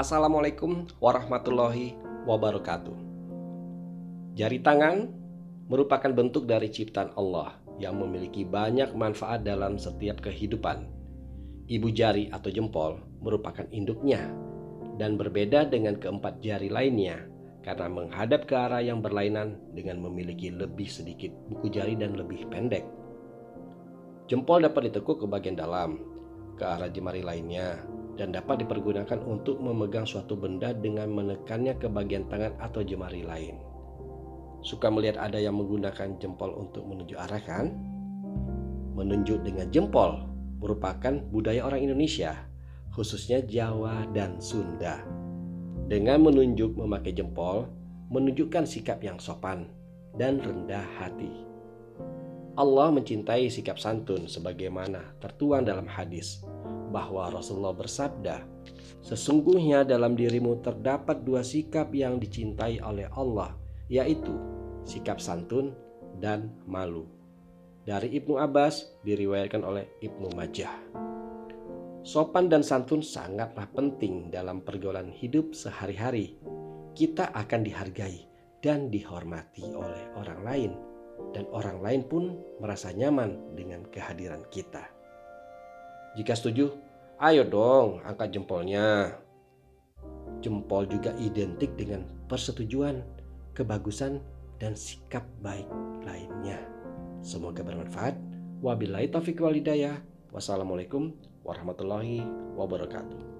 Assalamualaikum warahmatullahi wabarakatuh. Jari tangan merupakan bentuk dari ciptaan Allah yang memiliki banyak manfaat dalam setiap kehidupan. Ibu jari atau jempol merupakan induknya dan berbeda dengan keempat jari lainnya karena menghadap ke arah yang berlainan dengan memiliki lebih sedikit buku jari dan lebih pendek. Jempol dapat ditekuk ke bagian dalam, ke arah jemari lainnya, dan dapat dipergunakan untuk memegang suatu benda dengan menekannya ke bagian tangan atau jemari lain. Suka melihat ada yang menggunakan jempol untuk menunjuk arah, kan? Menunjuk dengan jempol merupakan budaya orang Indonesia, khususnya Jawa dan Sunda. Dengan menunjuk memakai jempol, menunjukkan sikap yang sopan dan rendah hati. Allah mencintai sikap santun sebagaimana tertuang dalam hadis bahwa Rasulullah bersabda, "Sesungguhnya dalam dirimu terdapat dua sikap yang dicintai oleh Allah, yaitu sikap santun dan malu." Dari Ibnu Abbas, diriwayatkan oleh Ibnu Majah. Sopan dan santun sangatlah penting dalam pergaulan hidup sehari-hari. Kita akan dihargai dan dihormati oleh orang lain, dan orang lain pun merasa nyaman dengan kehadiran kita. Jika setuju, ayo dong angkat jempolnya. Jempol juga identik dengan persetujuan, kebagusan, dan sikap baik lainnya. Semoga bermanfaat. Wabillahi taufiq wal hidayah. Wassalamualaikum warahmatullahi wabarakatuh.